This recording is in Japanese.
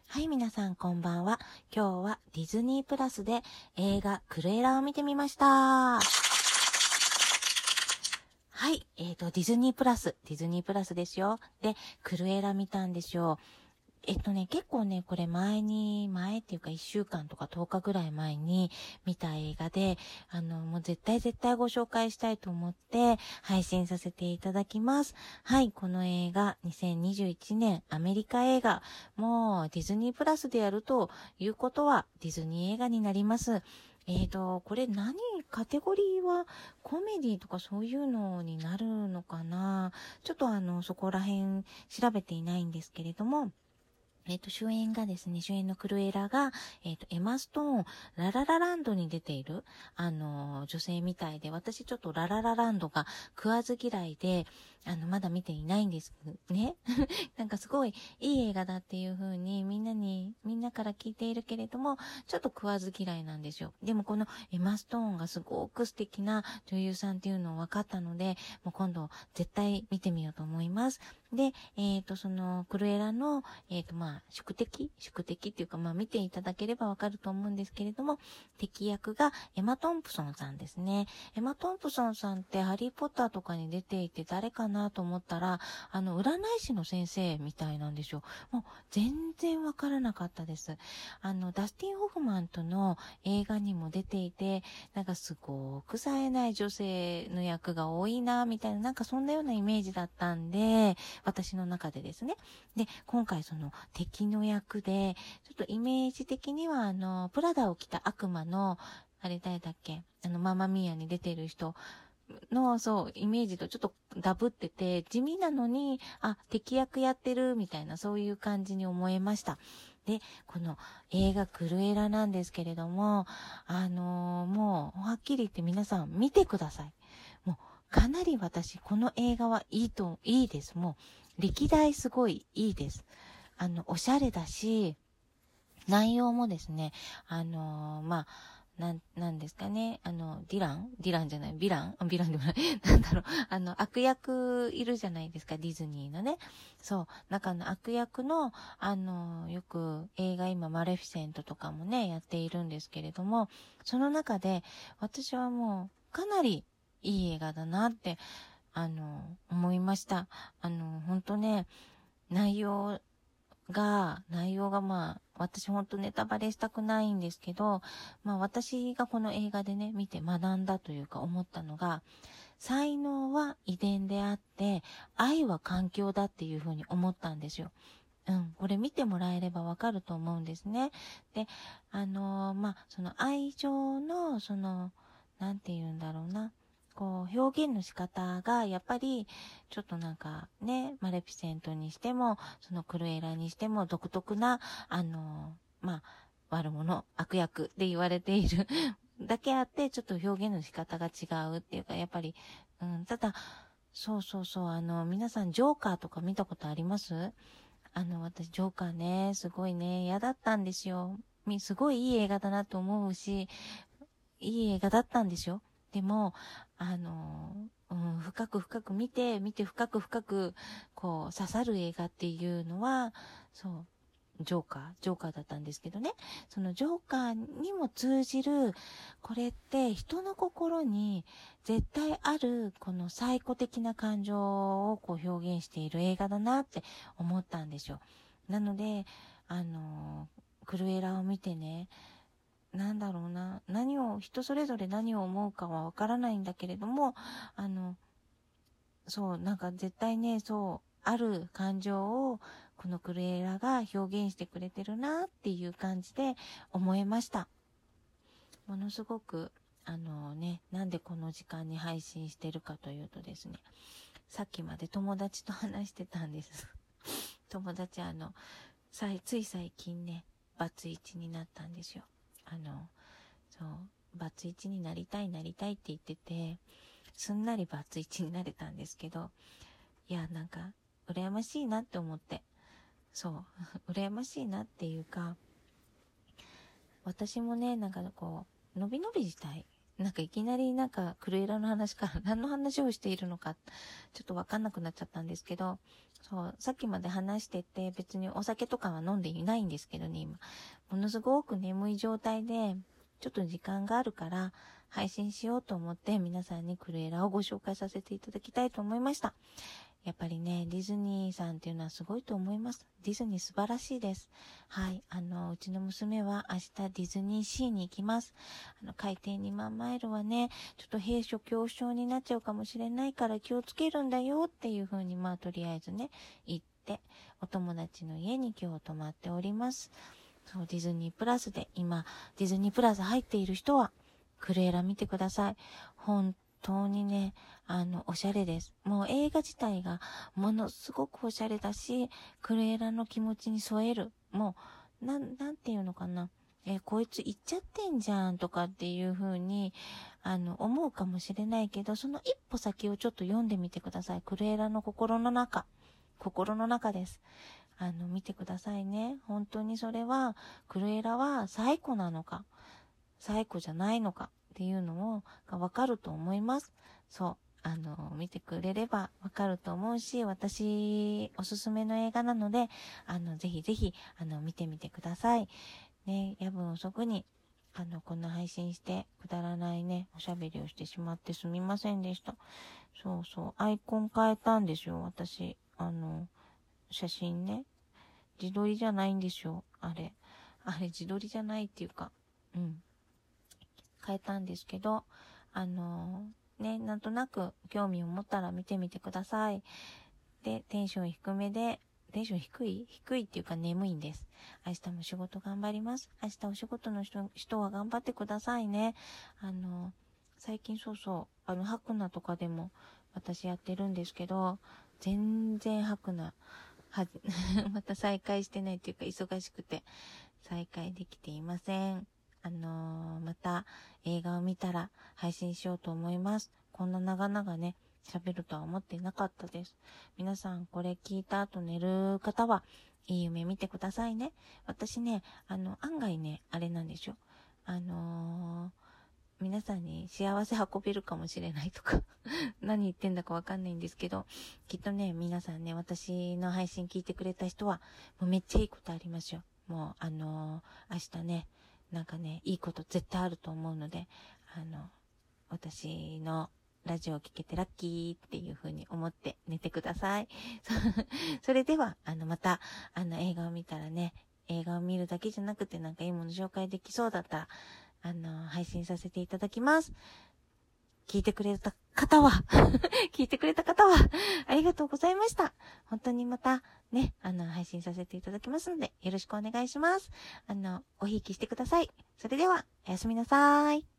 はい、皆さんこんばんは。今日はディズニープラスで映画クルエラを見てみました。はい、ディズニープラスですよ。で、クルエラ見たんですよ。結構ね、これ前っていうか1週間とか10日ぐらい前に見た映画で、もう絶対ご紹介したいと思って配信させていただきます。はい、この映画、2021年アメリカ映画、もうディズニープラスでやるということはディズニー映画になります。これカテゴリーはコメディとかそういうのになるのかな？ちょっとそこら辺調べていないんですけれども、主演のクルエラが、エマ・ストーン、ラララランドに出ている、女性みたいで、私ちょっとラララランドが食わず嫌いで、まだ見ていないんですね。なんかすごいいい映画だっていう風にみんなから聞いているけれども、ちょっと食わず嫌いなんですよ。でもこのエマ・ストーンがすごく素敵な女優さんっていうのを分かったので、もう今度絶対見てみようと思います。で、そのクルエラの、宿敵っていうか、見ていただければわかると思うんですけれども、敵役がエマ・トンプソンさんですね。エマ・トンプソンさんってハリーポッターとかに出ていて誰かなと思ったら、占い師の先生みたいなんですよ。もう全然わからなかったです。ダスティン・ホフマンとの映画にも出ていて、なんかすごく冴えない女性の役が多いな、みたいな、なんかそんなようなイメージだったんで、私の中でですね。で、今回その敵の役で、ちょっとイメージ的にはプラダを着た悪魔の、あれ誰だっけ、ママミーヤに出てる人の、そう、イメージとちょっとダブってて、地味なのに、敵役やってるみたいな、そういう感じに思えました。で、この映画クルエラなんですけれども、もう、はっきり言って皆さん見てください。もう、かなり私、この映画はいいです。もう、歴代すごいいいです。おしゃれだし、内容もですね、なんですかね、ディランじゃない、ヴィランでもない、なんだろう、悪役いるじゃないですか、ディズニーのね。そう、中の悪役の、よく映画今、マレフィセントとかもね、やっているんですけれども、その中で、私はもう、かなりいい映画だなって、思いました。本当ね、内容が私ほんとネタバレしたくないんですけど、私がこの映画でね、見て学んだというか思ったのが、才能は遺伝であって、愛は環境だっていうふうに思ったんですよ。これ見てもらえればわかると思うんですね。で、その愛情の、なんて言うんだろうな。こう、表現の仕方が、やっぱり、ちょっとなんかね、マレフィセントにしても、そのクルエラにしても、独特な、悪者、悪役で言われているだけあって、ちょっと表現の仕方が違うっていうか、やっぱり、ただ、皆さん、ジョーカーとか見たことあります？私、ジョーカーね、すごいね、嫌だったんですよ。すごいいい映画だなと思うし、いい映画だったんですよ。でも、深く見て深く、こう、刺さる映画っていうのは、そう、ジョーカーだったんですけどね。そのジョーカーにも通じる、これって人の心に絶対ある、この最古的な感情をこう表現している映画だなって思ったんですよ。なので、クルエラを見てね、なんだろうな、人それぞれ何を思うかはわからないんだけれども、そう、なんか絶対ね、そう、ある感情を、このクルエラが表現してくれてるなっていう感じで思いました。ものすごく、なんでこの時間に配信してるかというとですね、さっきまで友達と話してたんです。友達つい最近ね、バツイチになったんですよ。そう、バツイチになりたいって言ってて、すんなりバツイチになれたんですけど、いや、なんか、羨ましいなって思って。そう、羨ましいなっていうか、私もね、なんかこう、のびのびしたい。 なんかいきなりなんかクルエラの話から何の話をしているのか、ちょっとわかんなくなっちゃったんですけど、そう、さっきまで話してて別にお酒とかは飲んでいないんですけどね、今。ものすごく眠い状態で、ちょっと時間があるから配信しようと思って皆さんにクルエラをご紹介させていただきたいと思いました。やっぱりね、ディズニーさんっていうのはすごいと思います。ディズニー素晴らしいです。はい。うちの娘は明日ディズニーシーに行きます。海底2万マイルはね、ちょっと閉所恐怖症になっちゃうかもしれないから気をつけるんだよっていう風に、まあとりあえずね、言って、お友達の家に今日泊まっております。そう、ディズニープラスで、今、ディズニープラス入っている人は、クルエラ見てください。本当にね、おしゃれです。もう映画自体がものすごくおしゃれだし、クルエラの気持ちに添える。もう、なんていうのかな。こいつ行っちゃってんじゃんとかっていう風に、思うかもしれないけど、その一歩先をちょっと読んでみてください。クルエラの心の中です。見てくださいね。本当にそれは、クルエラはサイコなのか、サイコじゃないのかっていうのがわかると思います。そう。見てくれればわかると思うし、私、おすすめの映画なので、ぜひぜひ、見てみてください。ね、夜分遅くに、こんな配信して、くだらないね、おしゃべりをしてしまってすみませんでした。そうそう、アイコン変えたんですよ、私。写真ね。自撮りじゃないんですよ。あれ自撮りじゃないっていうか、変えたんですけど、ね、なんとなく興味を持ったら見てみてください。で、テンション低めで、テンション低いっていうか眠いんです。明日も仕事頑張ります。明日お仕事の人は頑張ってくださいね。最近ハクナとかでも私やってるんですけど、全然ハクナ、また再開してないっていうか忙しくて再開できていません。また映画を見たら配信しようと思います。こんな長々ね、喋るとは思っていなかったです。皆さんこれ聞いた後寝る方はいい夢見てくださいね。私ね、案外ね、あれなんですよ。皆さんに幸せ運べるかもしれないとか何言ってんだかわかんないんですけど、きっとね、皆さんね、私の配信聞いてくれた人は、もうめっちゃいいことありますよ。もう、明日ね、なんかね、いいこと絶対あると思うので、私のラジオを聞けてラッキーっていう風に思って寝てください。それでは、また、映画を見たらね、映画を見るだけじゃなくてなんかいいもの紹介できそうだったら、配信させていただきます。聞いてくれた方はありがとうございました。本当にまたね、配信させていただきますので、よろしくお願いします。おひいきしてください。それでは、おやすみなさーい。